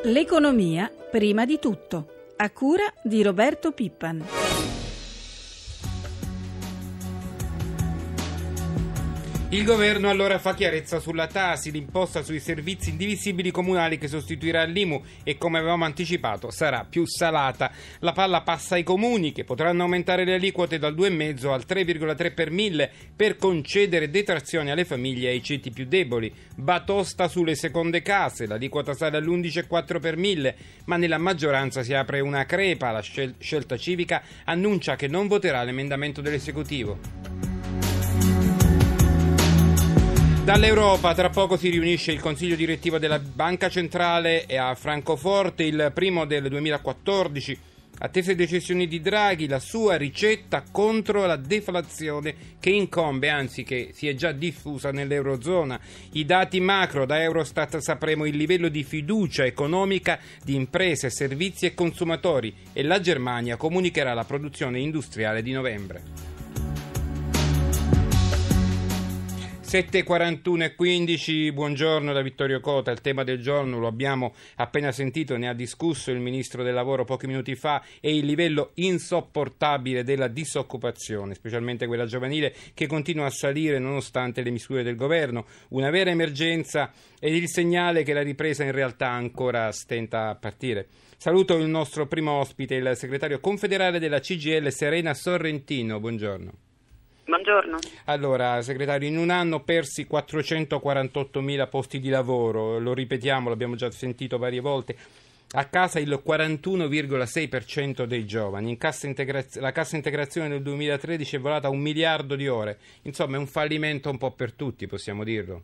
L'economia prima di tutto, a cura di Roberto Pippan. Il governo allora fa chiarezza sulla TASI, l'imposta sui servizi indivisibili comunali che sostituirà l'IMU e, come avevamo anticipato, sarà più salata. La palla passa ai comuni, che potranno aumentare le aliquote dal 2,5 al 3,3 per mille per concedere detrazioni alle famiglie e ai ceti più deboli. Batosta sulle seconde case, l'aliquota sale all'11,4 per mille, ma nella maggioranza si apre una crepa. La Scelta Civica annuncia che non voterà l'emendamento dell'esecutivo. Dall'Europa tra poco si riunisce il Consiglio direttivo della Banca Centrale a Francoforte, il primo del 2014. Attese decisioni di Draghi, la sua ricetta contro la deflazione che incombe, anzi che si è già diffusa nell'Eurozona. I dati macro da Eurostat sapremo il livello di fiducia economica di imprese, servizi e consumatori e la Germania comunicherà la produzione industriale di novembre. 7:41 e 15, buongiorno da Vittorio Cota. Il tema del giorno lo abbiamo appena sentito, ne ha discusso il Ministro del Lavoro pochi minuti fa, è il livello insopportabile della disoccupazione, specialmente quella giovanile, che continua a salire nonostante le misure del governo. Una vera emergenza ed il segnale che la ripresa in realtà ancora stenta a partire. Saluto il nostro primo ospite, il segretario confederale della CGIL, Serena Sorrentino. Buongiorno. Buongiorno. Allora, segretario, in un anno persi 448.000 posti di lavoro, lo ripetiamo, l'abbiamo già sentito varie volte, a casa il 41,6% dei giovani, la cassa integrazione nel 2013 è volata a 1 miliardo di ore, insomma è un fallimento un po' per tutti, possiamo dirlo.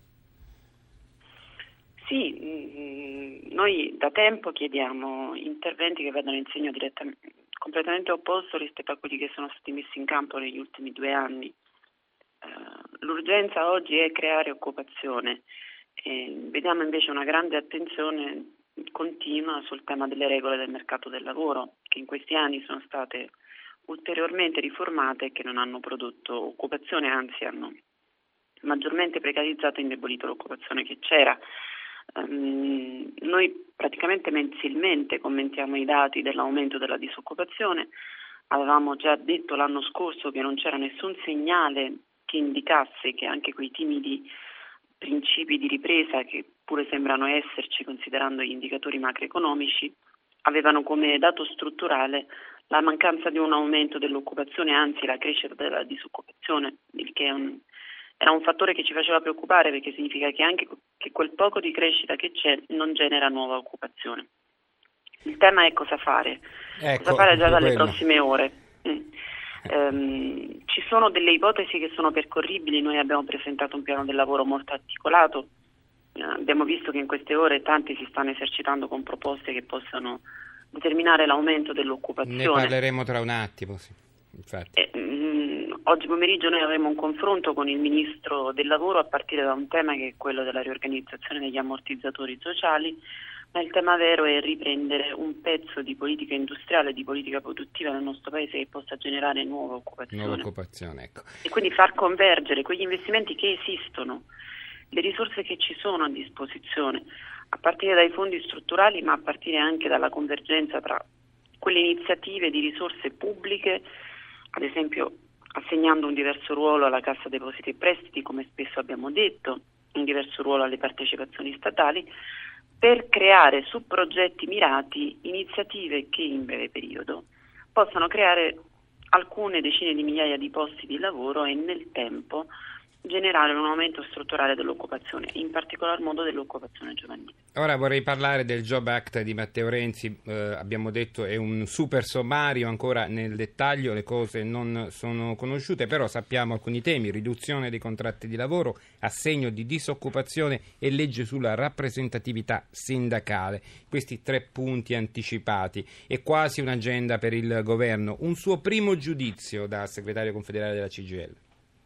Sì, noi da tempo chiediamo interventi che vadano in segno completamente opposto rispetto a quelli che sono stati messi in campo negli ultimi 2 anni. L'urgenza oggi è creare occupazione. Vediamo invece una grande attenzione continua sul tema delle regole del mercato del lavoro, che in questi anni sono state ulteriormente riformate e che non hanno prodotto occupazione, anzi hanno maggiormente precarizzato e indebolito l'occupazione che c'era. Noi praticamente mensilmente commentiamo i dati dell'aumento della disoccupazione. Avevamo già detto l'anno scorso che non c'era nessun segnale che indicasse che anche quei timidi principi di ripresa, che pure sembrano esserci considerando gli indicatori macroeconomici, avevano come dato strutturale la mancanza di un aumento dell'occupazione, anzi la crescita della disoccupazione, il che era un fattore che ci faceva preoccupare, perché significa che anche che quel poco di crescita che c'è non genera nuova occupazione. Il tema è cosa fare. Cosa fare già dalle prossime ore. Ci sono delle ipotesi che sono percorribili. Noi abbiamo presentato un piano del lavoro molto articolato. Abbiamo visto che in queste ore tanti si stanno esercitando con proposte che possano determinare l'aumento dell'occupazione. Ne parleremo tra un attimo, sì. Oggi pomeriggio noi avremo un confronto con il Ministro del Lavoro a partire da un tema che è quello della riorganizzazione degli ammortizzatori sociali, ma il tema vero è riprendere un pezzo di politica industriale, di politica produttiva nel nostro Paese che possa generare nuova occupazione. Ecco. E quindi far convergere quegli investimenti che esistono, le risorse che ci sono a disposizione, a partire dai fondi strutturali, ma a partire anche dalla convergenza tra quelle iniziative di risorse pubbliche, ad esempio assegnando un diverso ruolo alla Cassa Depositi e Prestiti, come spesso abbiamo detto, un diverso ruolo alle partecipazioni statali, per creare su progetti mirati iniziative che in breve periodo possano creare alcune decine di migliaia di posti di lavoro e nel tempo generare un aumento strutturale dell'occupazione, in particolar modo dell'occupazione giovanile. Ora vorrei parlare del Job Act di Matteo Renzi, abbiamo detto è un super sommario, ancora nel dettaglio le cose non sono conosciute, però sappiamo alcuni temi: riduzione dei contratti di lavoro, assegno di disoccupazione e legge sulla rappresentatività sindacale. Questi 3 punti anticipati, è quasi un'agenda per il governo. Un suo primo giudizio da segretario confederale della CGIL?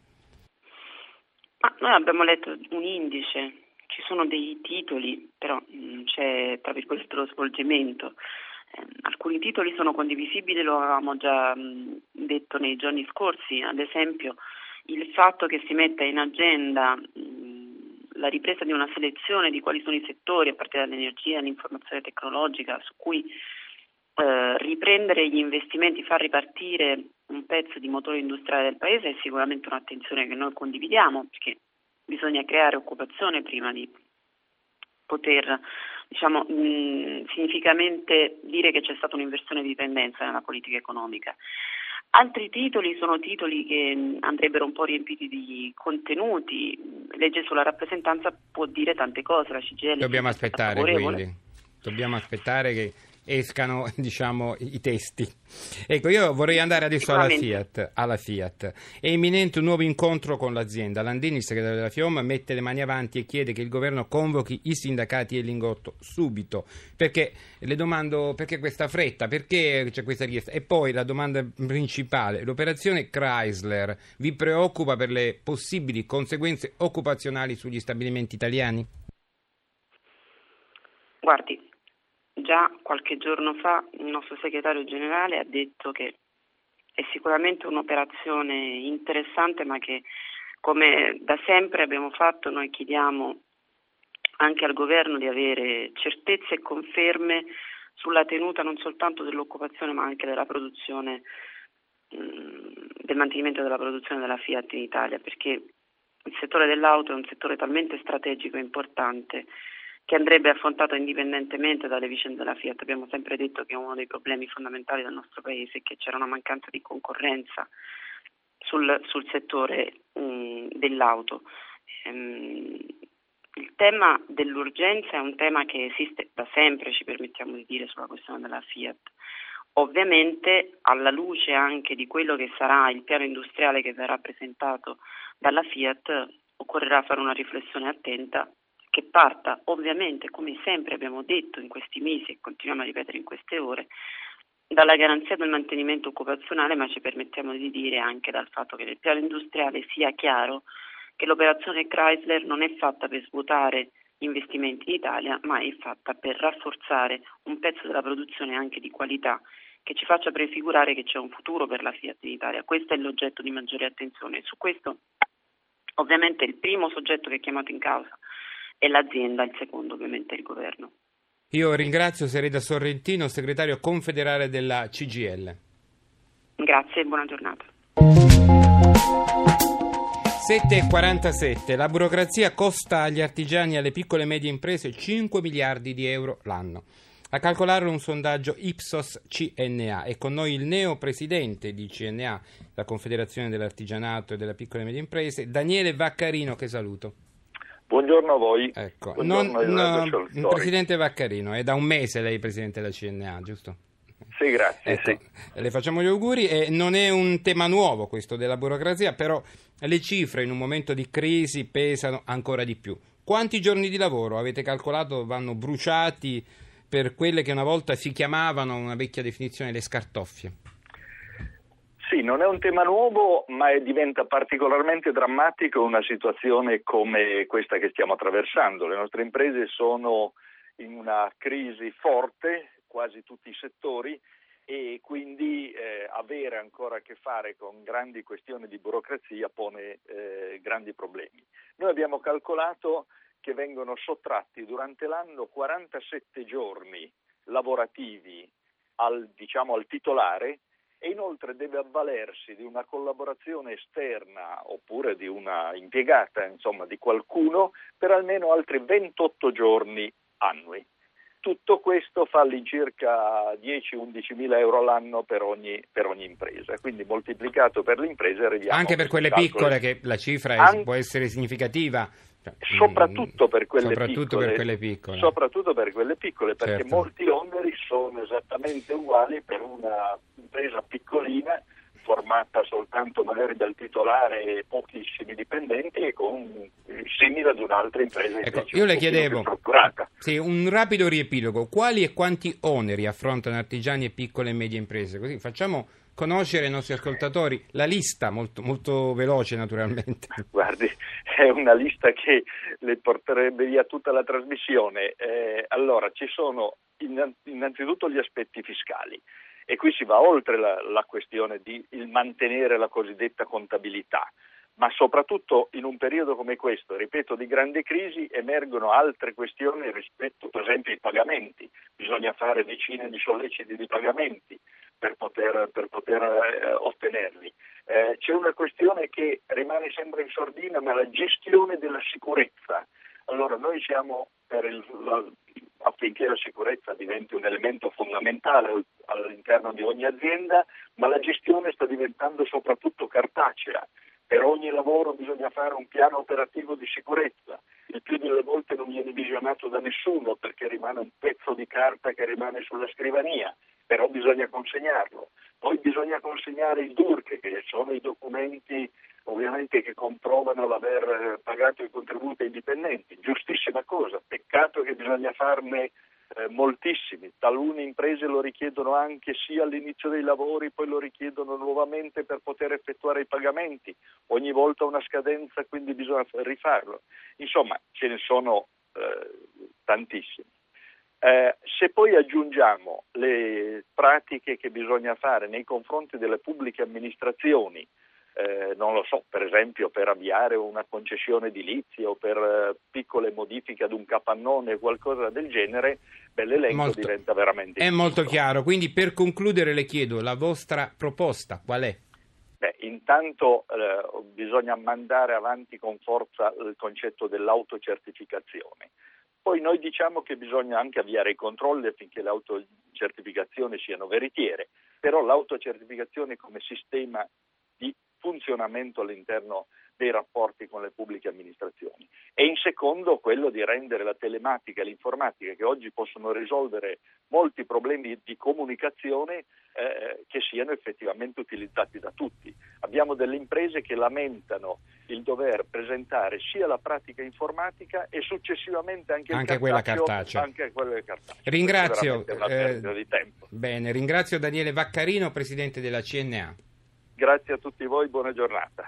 Noi abbiamo letto un indice, ci sono dei titoli, però c'è tra virgolette lo svolgimento. Alcuni titoli sono condivisibili, lo avevamo già detto nei giorni scorsi, ad esempio il fatto che si metta in agenda la ripresa di una selezione di quali sono i settori, a partire dall'energia, all'informazione tecnologica, su cui riprendere gli investimenti, far ripartire un pezzo di motore industriale del Paese è sicuramente un'attenzione che noi condividiamo, perché bisogna creare occupazione prima di poter, significativamente dire che c'è stata un'inversione di tendenza nella politica economica. Altri titoli sono titoli che andrebbero un po' riempiti di contenuti. Legge sulla rappresentanza può dire tante cose, la CGIL Dobbiamo è stata aspettare, favorevole. quindi. Dobbiamo aspettare che escano, i testi. Ecco, io vorrei andare adesso alla Fiat. È imminente un nuovo incontro con l'azienda. Landini, il segretario della FIOM, mette le mani avanti e chiede che il governo convochi i sindacati e Lingotto subito. Perché le domando, perché questa fretta? Perché c'è questa richiesta? E poi la domanda principale, l'operazione Chrysler vi preoccupa per le possibili conseguenze occupazionali sugli stabilimenti italiani? Guardi, già qualche giorno fa il nostro segretario generale ha detto che è sicuramente un'operazione interessante, ma che, come da sempre abbiamo fatto, noi chiediamo anche al governo di avere certezze e conferme sulla tenuta non soltanto dell'occupazione ma anche della produzione, del mantenimento della produzione della Fiat in Italia, perché il settore dell'auto è un settore talmente strategico e importante che andrebbe affrontato indipendentemente dalle vicende della Fiat. Abbiamo sempre detto che uno dei problemi fondamentali del nostro Paese è che c'era una mancanza di concorrenza sul settore dell'auto. Il tema dell'urgenza è un tema che esiste da sempre, ci permettiamo di dire, sulla questione della Fiat. Ovviamente, alla luce anche di quello che sarà il piano industriale che verrà presentato dalla Fiat, occorrerà fare una riflessione attenta che parta ovviamente, come sempre abbiamo detto in questi mesi e continuiamo a ripetere in queste ore, dalla garanzia del mantenimento occupazionale, ma ci permettiamo di dire anche dal fatto che nel piano industriale sia chiaro che l'operazione Chrysler non è fatta per svuotare investimenti in Italia, ma è fatta per rafforzare un pezzo della produzione anche di qualità che ci faccia prefigurare che c'è un futuro per la Fiat in Italia. Questo è l'oggetto di maggiore attenzione. Su questo ovviamente il primo soggetto che è chiamato in causa è l'azienda, il secondo ovviamente è il governo. Io ringrazio Sereda Sorrentino, segretario confederale della CGIL. Grazie e buona giornata. 7,47. La burocrazia costa agli artigiani e alle piccole e medie imprese 5 miliardi di euro l'anno. A calcolarlo un sondaggio Ipsos CNA. È con noi il neo presidente di CNA, la Confederazione dell'Artigianato e delle piccole e medie imprese, Daniele Vaccarino, che saluto. Buongiorno a voi. Ecco. Presidente Vaccarino, è da un mese lei presidente della CNA, giusto? Sì, grazie. Ecco, sì. Le facciamo gli auguri e non è un tema nuovo questo della burocrazia, però le cifre in un momento di crisi pesano ancora di più. Quanti giorni di lavoro avete calcolato vanno bruciati per quelle che una volta si chiamavano, una vecchia definizione, le scartoffie? Sì, non è un tema nuovo, ma diventa particolarmente drammatico una situazione come questa che stiamo attraversando. Le nostre imprese sono in una crisi forte, quasi tutti i settori, e quindi avere ancora a che fare con grandi questioni di burocrazia pone grandi problemi. Noi abbiamo calcolato che vengono sottratti durante l'anno 47 giorni lavorativi al titolare, e inoltre deve avvalersi di una collaborazione esterna oppure di una impiegata, insomma di qualcuno, per almeno altri 28 giorni annui. Tutto questo fa all'incirca 10-11 mila euro all'anno per ogni impresa, quindi moltiplicato per le imprese arriviamo anche per quelle piccole, che la cifra può essere significativa. Soprattutto per quelle piccole. Soprattutto per quelle piccole, perché certo, molti oneri sono esattamente uguali per una impresa piccolina formata soltanto magari dal titolare e pochissimi dipendenti, e simile ad un'altra impresa. Ecco, io le chiedevo un rapido riepilogo: quali e quanti oneri affrontano artigiani e piccole e medie imprese? Così facciamo conoscere ai nostri ascoltatori la lista, molto, molto veloce naturalmente. Guardi, è una lista che le porterebbe via tutta la trasmissione. Allora, ci sono innanzitutto gli aspetti fiscali, e qui si va oltre la questione di il mantenere la cosiddetta contabilità, ma soprattutto in un periodo come questo, ripeto, di grande crisi, emergono altre questioni rispetto per esempio ai pagamenti. Bisogna fare decine di solleciti di pagamenti per poter ottenerli. C'è una questione che rimane sempre in sordina, ma la gestione della sicurezza. Allora noi siamo affinché la sicurezza diventi un elemento fondamentale all'interno di ogni azienda, ma la gestione sta diventando soprattutto cartacea. Per ogni lavoro bisogna fare un piano operativo di sicurezza. Il più delle volte non viene visionato da nessuno perché rimane un pezzo di carta che rimane sulla scrivania, però bisogna consegnarlo. Poi bisogna consegnare i DURC, che sono i documenti ovviamente che comprovano l'aver pagato i contributi ai dipendenti. Giustissima cosa, peccato che bisogna farne moltissimi. Talune imprese lo richiedono anche sia all'inizio dei lavori, poi lo richiedono nuovamente per poter effettuare i pagamenti. Ogni volta una scadenza, quindi bisogna rifarlo. Insomma, ce ne sono tantissimi. Se poi aggiungiamo le pratiche che bisogna fare nei confronti delle pubbliche amministrazioni, non lo so, per esempio per avviare una concessione edilizia o per piccole modifiche ad un capannone o qualcosa del genere, l'elenco diventa veramente è molto chiaro. Quindi per concludere le chiedo la vostra proposta, qual è? Intanto bisogna mandare avanti con forza il concetto dell'autocertificazione. Poi noi diciamo che bisogna anche avviare i controlli affinché le autocertificazioni siano veritiere, però l'autocertificazione come sistema di funzionamento all'interno dei rapporti con le pubbliche amministrazioni. E in secondo quello di rendere la telematica e l'informatica, che oggi possono risolvere molti problemi di comunicazione, che siano effettivamente utilizzati da tutti. Abbiamo delle imprese che lamentano il dover presentare sia la pratica informatica e successivamente anche quella cartacea. Anche quella cartacea. Ringrazio. È una perdita di tempo. Bene, ringrazio Daniele Vaccarino, presidente della CNA. Grazie a tutti voi, buona giornata.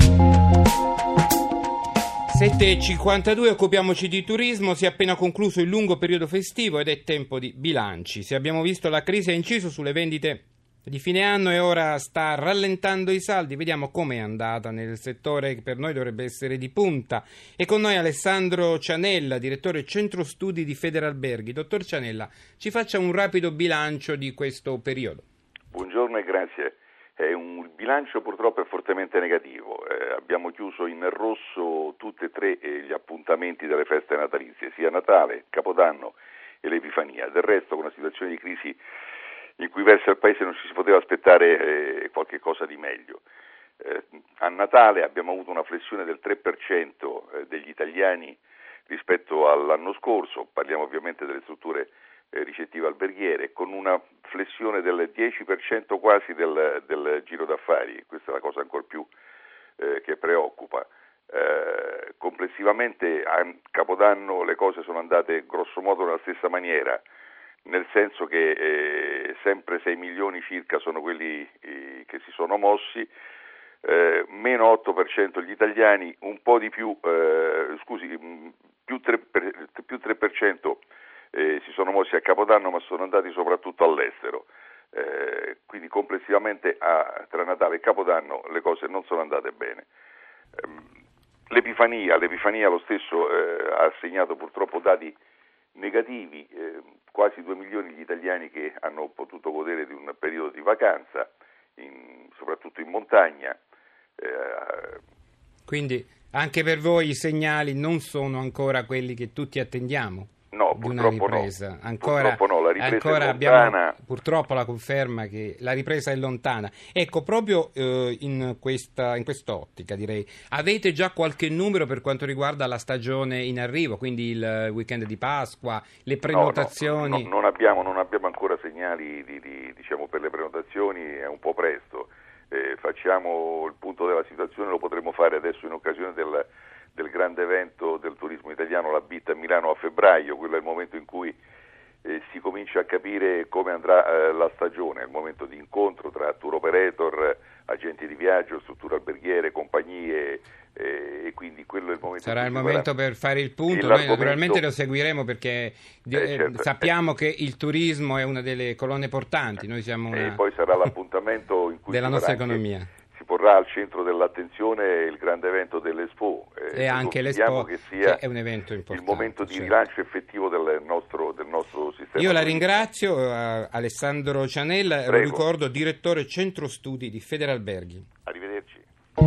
7:52, occupiamoci di turismo. Si è appena concluso il lungo periodo festivo ed è tempo di bilanci. Se abbiamo visto, la crisi ha inciso sulle vendite di fine anno e ora sta rallentando i saldi. Vediamo com'è andata nel settore che per noi dovrebbe essere di punta. E con noi Alessandro Cianella, direttore Centro Studi di Federalberghi. Dottor Cianella, ci faccia un rapido bilancio di questo periodo. Buongiorno e grazie. Il bilancio purtroppo è fortemente negativo. Abbiamo chiuso in rosso tutti e tre gli appuntamenti delle feste natalizie, sia Natale, Capodanno e l'Epifania. Del resto, con una situazione di crisi in cui versa il Paese non ci si poteva aspettare qualche cosa di meglio. A Natale abbiamo avuto una flessione del 3% degli italiani rispetto all'anno scorso, parliamo ovviamente delle strutture ricettive alberghiere, con una flessione del 10% quasi del giro d'affari. Questa è la cosa ancor più che preoccupa. Complessivamente a Capodanno le cose sono andate grosso modo nella stessa maniera, nel senso che sempre 6 milioni circa sono quelli che si sono mossi, meno 8% gli italiani, un po' di più, più 3% si sono mossi a Capodanno, ma sono andati soprattutto all'estero. Quindi complessivamente tra Natale e Capodanno le cose non sono andate bene. L'Epifania lo stesso ha segnato purtroppo dati negativi, quasi 2 milioni gli italiani che hanno potuto godere di un periodo di vacanza, soprattutto in montagna. Quindi anche per voi i segnali non sono ancora quelli che tutti attendiamo? No, di una purtroppo ripresa. No. Ancora la ripresa ancora è abbiamo lontana. purtroppo la conferma che la ripresa è lontana. Ecco, proprio in quest'ottica direi, avete già qualche numero per quanto riguarda la stagione in arrivo, quindi il weekend di Pasqua, le prenotazioni? No, non abbiamo ancora segnali diciamo per le prenotazioni, è un po' presto. Facciamo il punto della situazione, lo potremo fare adesso in occasione del grande evento del turismo italiano, la BIT a Milano a febbraio. Quello è il momento in cui si comincia a capire come andrà la stagione, è il momento di incontro tra tour operator, agenti di viaggio, strutture alberghiere, compagnie, e quindi quello è il momento. Sarà il momento per fare il punto. Noi naturalmente lo seguiremo perché certo, sappiamo che il turismo è una delle colonne portanti. Noi siamo e poi sarà l'appuntamento in cui della nostra economia. Si porrà al centro dell'attenzione il grande evento dell'Expo. E anche l'Expo che sia è un evento importante. Il momento di rilancio effettivo del nostro sistema. Io la ringrazio, Alessandro Cianella, Prego. lo ricordo, direttore Centro Studi di Federalberghi. Arrivederci.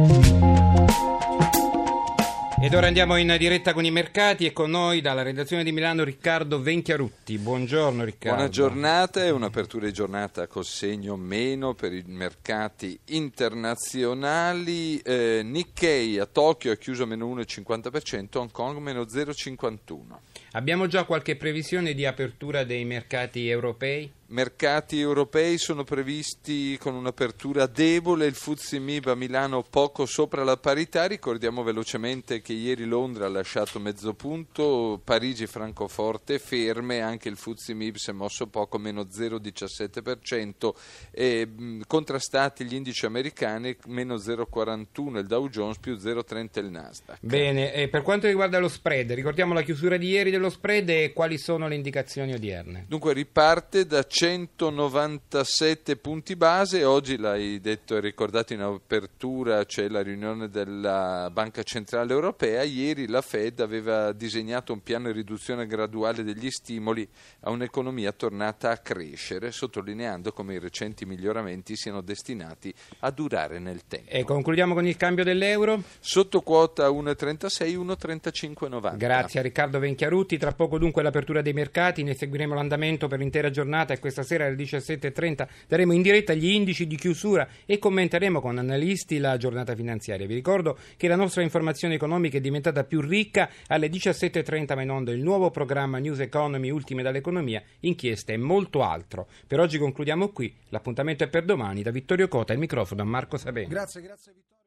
Ed ora andiamo in diretta con i mercati e con noi dalla redazione di Milano Riccardo Venchiarutti. Buongiorno Riccardo. Buona giornata e un'apertura di giornata col segno meno per i mercati internazionali. Nikkei a Tokyo ha chiuso meno 1,50%, Hong Kong meno 0,51%. Abbiamo già qualche previsione di apertura dei mercati europei? Mercati europei sono previsti con un'apertura debole, il FTSE MIB a Milano poco sopra la parità, ricordiamo velocemente che ieri Londra ha lasciato mezzo punto, Parigi e Francoforte ferme, anche il FTSE MIB si è mosso poco, meno 0,17%, e contrastati gli indici americani, meno 0,41% il Dow Jones, più 0,30% il Nasdaq. Bene, e per quanto riguarda lo spread, ricordiamo la chiusura di ieri dello spread e quali sono le indicazioni odierne? Dunque riparte da 197 punti base, oggi l'hai detto e ricordato in apertura, c'è la riunione della Banca Centrale Europea. Ieri la Fed aveva disegnato un piano di riduzione graduale degli stimoli a un'economia tornata a crescere, sottolineando come i recenti miglioramenti siano destinati a durare nel tempo. E concludiamo con il cambio dell'euro? Sotto quota 1,36, 1,3590. Grazie a Riccardo Venchiarutti. Tra poco dunque l'apertura dei mercati, ne seguiremo l'andamento per l'intera giornata e questa sera alle 17.30 daremo in diretta gli indici di chiusura e commenteremo con analisti la giornata finanziaria. Vi ricordo che la nostra informazione economica è diventata più ricca. Alle 17.30 va in onda il nuovo programma News Economy, ultime dall'economia, inchieste e molto altro. Per oggi concludiamo qui, l'appuntamento è per domani. Da Vittorio Cota, il microfono a Marco Sabeni. Grazie Vittorio.